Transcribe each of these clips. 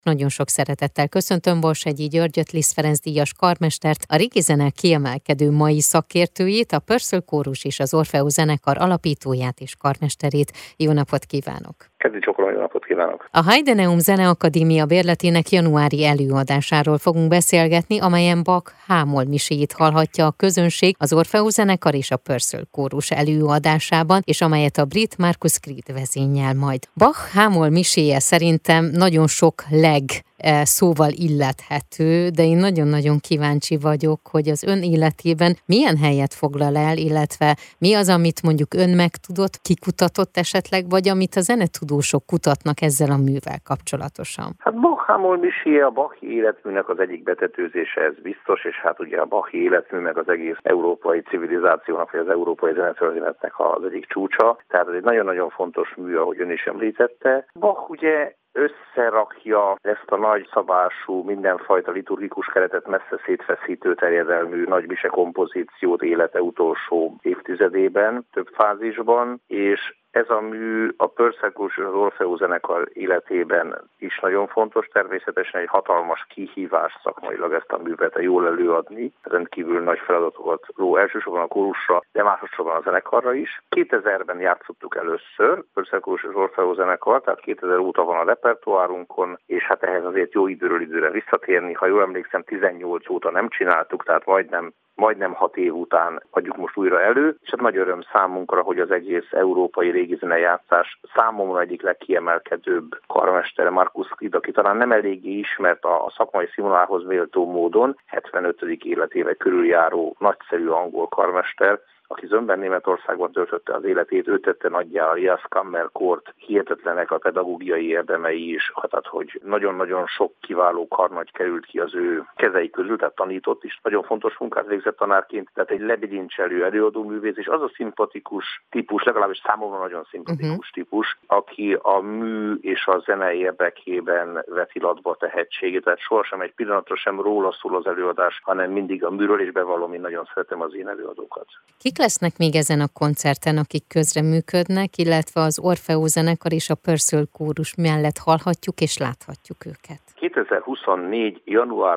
Nagyon sok szeretettel köszöntöm Borsegyi Györgyöt, Liszt Ferenc díjas karmestert, a régi zene kiemelkedő mai szakértőjét, a Purcell Kórus és az Orpheus zenekar alapítóját és karmesterét. Jó napot kívánok! Keddi csokolom, jó napot kívánok! A Heideneum Zeneakadémia bérletének januári előadásáról fogunk beszélgetni, amelyen Bach H-moll miséjét hallhatja a közönség az Orpheus zenekar és a Purcell Kórus előadásában, és amelyet a brit Marcus Creed vezényel majd. Bach H-moll miséje szerintem nagyon sok szóval illethető, de én nagyon-nagyon kíváncsi vagyok, hogy az ön életében milyen helyet foglal el, illetve mi az, amit mondjuk ön megtudott, kikutatott esetleg, vagy amit a zenetudósok kutatnak ezzel a művel kapcsolatosan. Hát Bach H-moll miséje a Bachi életműnek az egyik betetőzése, ez biztos, és hát ugye a Bachi életmű meg az egész európai civilizációnak, vagy az európai zenetörténetnek az egyik csúcsa. Tehát ez egy nagyon-nagyon fontos mű, ahogy ön is említette. Bach ugye összerakja ezt a nagy szabású, mindenfajta liturgikus keretet messze szétfeszítő terjedelmű nagymise kompozíciót élete utolsó évtizedében, több fázisban, és ez a mű a Purcell Kórus és az Orpheus zenekar életében is nagyon fontos, természetesen egy hatalmas kihívás szakmailag ezt a művet jól előadni, rendkívül nagy feladatokat ró elsősorban a kórusra, de másodszorban a zenekarra is. 2000-ben játszottuk először Purcell Kórus és az Orpheus zenekar, tehát 2000 óta van a repertoárunkon, és hát ehhez azért jó időről időre visszatérni. Ha jól emlékszem, 18 óta nem csináltuk, tehát majdnem 6 év után adjuk most újra elő, és hát nagy öröm számunkra, hogy az egész európai régi zenejátszás számomra egyik legkiemelkedőbb karmestere Marcus Creed, aki talán nem eléggé ismert a szakmai színvonalhoz méltó módon, 75. életével körüljáró nagyszerű angol karmester, aki zömben Németországban töltötte az életét, ő tette nagyjá a Rias Kammerkort, hihetetlenek a pedagógiai érdemei is, tehát hogy nagyon-nagyon sok kiváló karnagy került ki az ő kezei közül, tehát tanított is, nagyon fontos munkát végzett tanárként, tehát egy lebilincselő előadóművész, és az a szimpatikus típus, legalábbis számomra nagyon szimpatikus típus, aki a mű és a zene érdekében veti latba tehetségét, tehát sohasem egy pillanatra sem róla szól az előadás, hanem mindig a műről, és bevallom, én nagyon szeretem az én előadókat. Kik lesznek még ezen a koncerten, akik közreműködnek, illetve az Orpheus zenekar és a Purcell Kórus mellett hallhatjuk és láthatjuk őket? 2024. január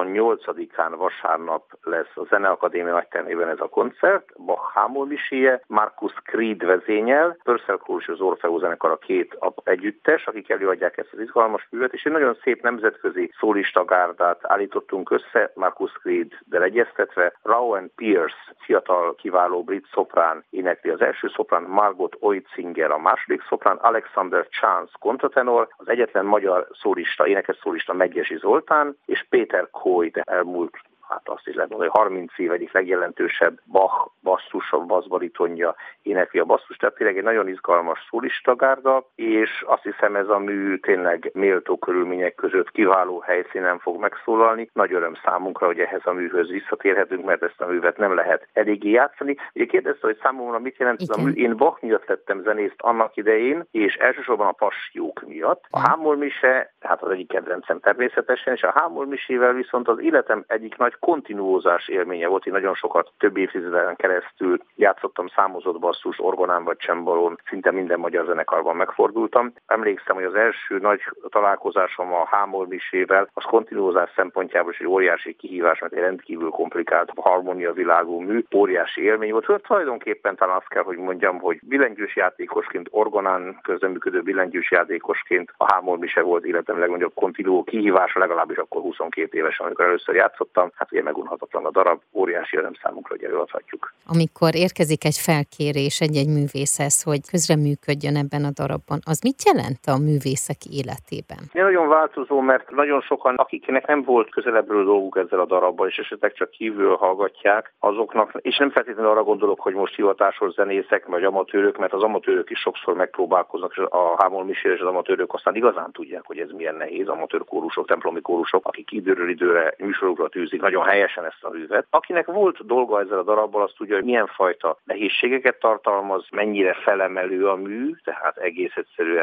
28-án vasárnap lesz a Zeneakadémia nagytermében ez a koncert, Bach H-moll miséje, Marcus Creed vezényel, Purcell Kórus és az Orpheus zenekar a két együttes, akik előadják ezt az izgalmas művet, és egy nagyon szép nemzetközi szólista gárdát állítottunk össze, Marcus Creed-del egyeztetve, Rowan Pierce, fiatal kiváló brit szoprán énekli az első szoprán, Margot Oitzinger a második szoprán, Alexander Chance kontratenor, az egyetlen magyar szólista, énekes szólista Meggyesi Zoltán, és Péter Koy, de elmúlt, hát azt is lehet mondani, 30 év egyik legjelentősebb Bach basszbaritonja énekli a basszus, tehát tényleg egy nagyon izgalmas szólistagárda, és azt hiszem ez a mű tényleg méltó körülmények között kiváló helyszínen fog megszólalni. Nagy öröm számunkra, hogy ehhez a műhöz visszatérhetünk, mert ezt a művet nem lehet eléggé játszani. Ugye kérdezte, hogy számomra mit jelent ez a mű? Én Bach miatt lettem zenészt annak idején, és elsősorban a passió miatt. A H-moll mise, hát az egyik kedvencem természetesen, és a H-moll misével viszont az életem egyik nagy kontinuózás élménye volt. Én nagyon sokat, több évtizeden keresztül játszottam számozott basszus, orgonán vagy csembalón, szinte minden magyar zenekarban megfordultam. Emlékszem, hogy az első nagy találkozásom a H-moll misével az kontinuózás szempontjából is egy óriási kihívás, mert egy rendkívül komplikált harmónia világú mű, óriási élmény volt. Tulajdonképpen talán azt kell, hogy mondjam, hogy billentyűs játékosként, orgonán közreműködő billentyűs játékosként a H-moll mise volt életem legnagyobb kontinuó kihívása, legalábbis akkor 22 évesen, amikor először játszottam. Hát ugye megunhatatlan a darab, óriási öröm számunkra, hogy előadhatjuk. Amikor érkezik egy felkérés egy művészhez, hogy közreműködjön ebben a darabban, az mit jelent a művészek életében? Nagyon változó, mert nagyon sokan, akiknek nem volt közelebbről dolguk ezzel a darabbal, és esetleg csak kívül hallgatják, azoknak, és nem feltétlenül arra gondolok, hogy most hivatásos zenészek vagy amatőrök, mert az amatőrök is sokszor megpróbálkoznak, és a H-moll misére és az amatőrök aztán igazán tudják, hogy ez milyen nehéz, amatőr kórusok, templomi kórusok, akik időről időre műsorokra tűzik nagyon helyesen ezt a művet. Akinek volt dolga ezzel a darabbal, azt tudja, hogy milyen fajta nehézségeket tartalmaz, mennyire felemelő a mű, tehát egész egyszerűen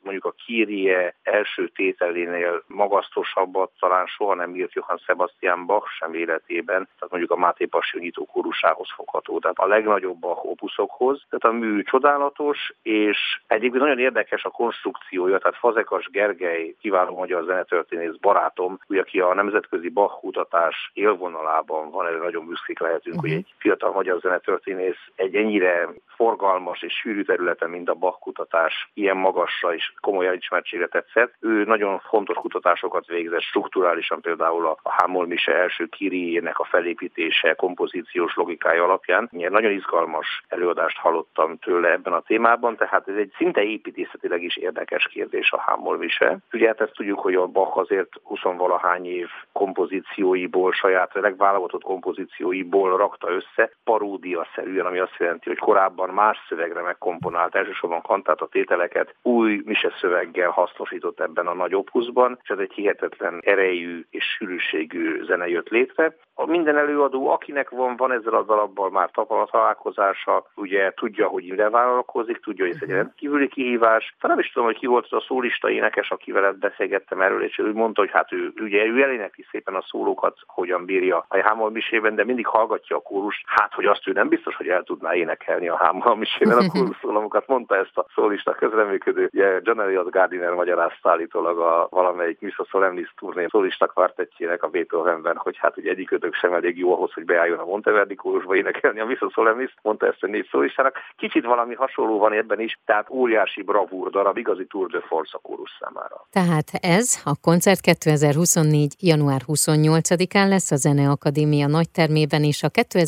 mondjuk a Kyrie első tételénél magasztosabbat talán soha nem írt Johann Sebastian Bach sem életében, tehát mondjuk a Máté Passió nyitó kórusához fogható, tehát a legnagyobb Bach opuszokhoz. Tehát a mű csodálatos, és egyébként nagyon érdekes a konstrukciója, tehát Fazekas Gergely, kiváló magyar zenetörténész barátom, ugye, aki a nemzetközi Bach kutatás élvonalában van, erre nagyon büszkék lehetünk, hogy egy fiatal magyar zenetörténész egy ennyire forgalmas és sűrű területen, mint a Bach kutatás, ilyen magasra és komoly elismertségre tetszett. Ő nagyon fontos kutatásokat végzett strukturálisan, például a H-moll mise első Kyriének a felépítése, kompozíciós logikája alapján. Ilyen nagyon izgalmas előadást hallottam tőle ebben a témában, tehát ez egy szinte építészetileg is érdekes kérdés a H-moll mise. Ugye hát ezt tudjuk, hogy a Bach azért 20-valahány év kompozícióiból, saját legválogatott kompozícióiból rakta össze, paródia-szerűen, ami azt jelenti, hogy korábban más szövegre megkomponált, elsősorban kantáta tételeket új mise szöveggel hasznosított ebben a nagy opuszban, és ez egy hihetetlen erejű és sűrűségű zene jött létre. Minden előadó, akinek van ezzel a dalabbal már találkozása, ugye tudja, hogy mire vállalkozik, tudja, hogy ez egy rendkívüli kihívás. Nem is tudom, hogy ki volt az a szólista énekes, akivel beszélgettem erről, és ő mondta, hogy hát ő elénekli szépen a szólókat, hogyan bírja a H-moll misében, de mindig hallgatja a kórust. Hát, hogy azt ő nem biztos, hogy el tudná énekelni a H-moll misében a kóruszólamokat, mondta ezt a szólista közreműködő. Ugye John Eliot Gardiner magyarázta állítólag a valamelyik Missa Solemnis turné szólista kvartettjének a Beethovenben, hogy hát ugye egyikőtök sem elég jó ahhoz, hogy beálljon a Monteverdi kórusba énekelni a Missa Solemnis, mondta ezt a 4 szólistának. Kicsit valami hasonló van ebben is, tehát óriási bravúr darab, igazi tour de force a kórus számára. Tehát ez a koncert 2024. január 28-án lesz a Zeneakadémia nagytermében, és a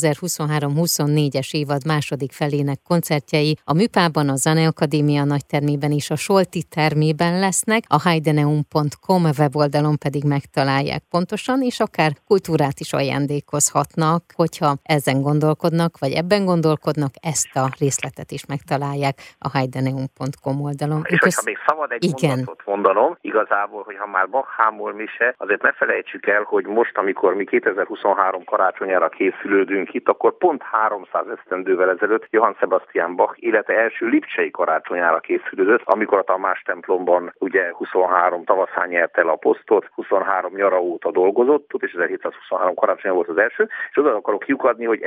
2023-24-es évad második felének koncertjei a Műpában, a Zeneakadémia nagytermében és a Solti termében lesznek, a heideneum.com weboldalon pedig megtalálják pontosan, és akár kultúrát is ajándékozhatnak, hogyha ezen gondolkodnak, vagy ebben gondolkodnak, ezt a részletet is megtalálják a heideneum.com oldalon. És hogyha még szabad egy mondatot mondanom, igazából, hogyha már Bach H-moll mise, azért ne felejtsük el, hogy most, amikor mi 2023 karácsonyára készülődünk itt, akkor pont 300 esztendővel ezelőtt Johann Sebastian Bach élete első lipcsei karácsonyára készülődött, amikor a Tamás templomban ugye 23 tavaszán nyerte el a posztot, 23 nyara óta dolgozott, és 1723 karácsonya volt az első, és oda akarok kiukadni, hogy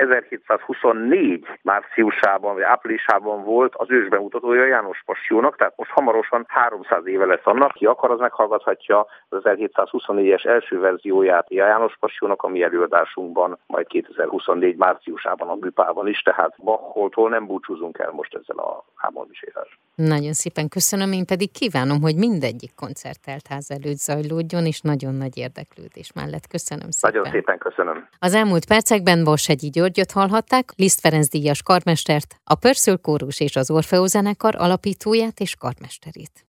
1724 márciusában vagy áprilisában volt az ősbemutatója János Passiónak, tehát most hamarosan 300 éve lesz annak, ki akar, az meghallgathatja az 1724-es első verzióját a János Passiónak a mi előadásunkban, majd 2024 márciusában a Műpában is, tehát Bachholtól nem búcsúzunk el most ezzel a H-moll misével. Nagyon szépen köszönöm, én pedig kívánom, hogy mindegyik koncert teltház előtt zajlódjon, és nagyon nagy érdeklődés mellett. Köszönöm szépen. Nagyon szépen köszönöm. Az elmúlt percekben Borsegyi Györgyöt hallhatták, Liszt Ferenc díjas karmestert, a Pörsöl kórus és az Orfeó zenekar alapítóját és karmesterét.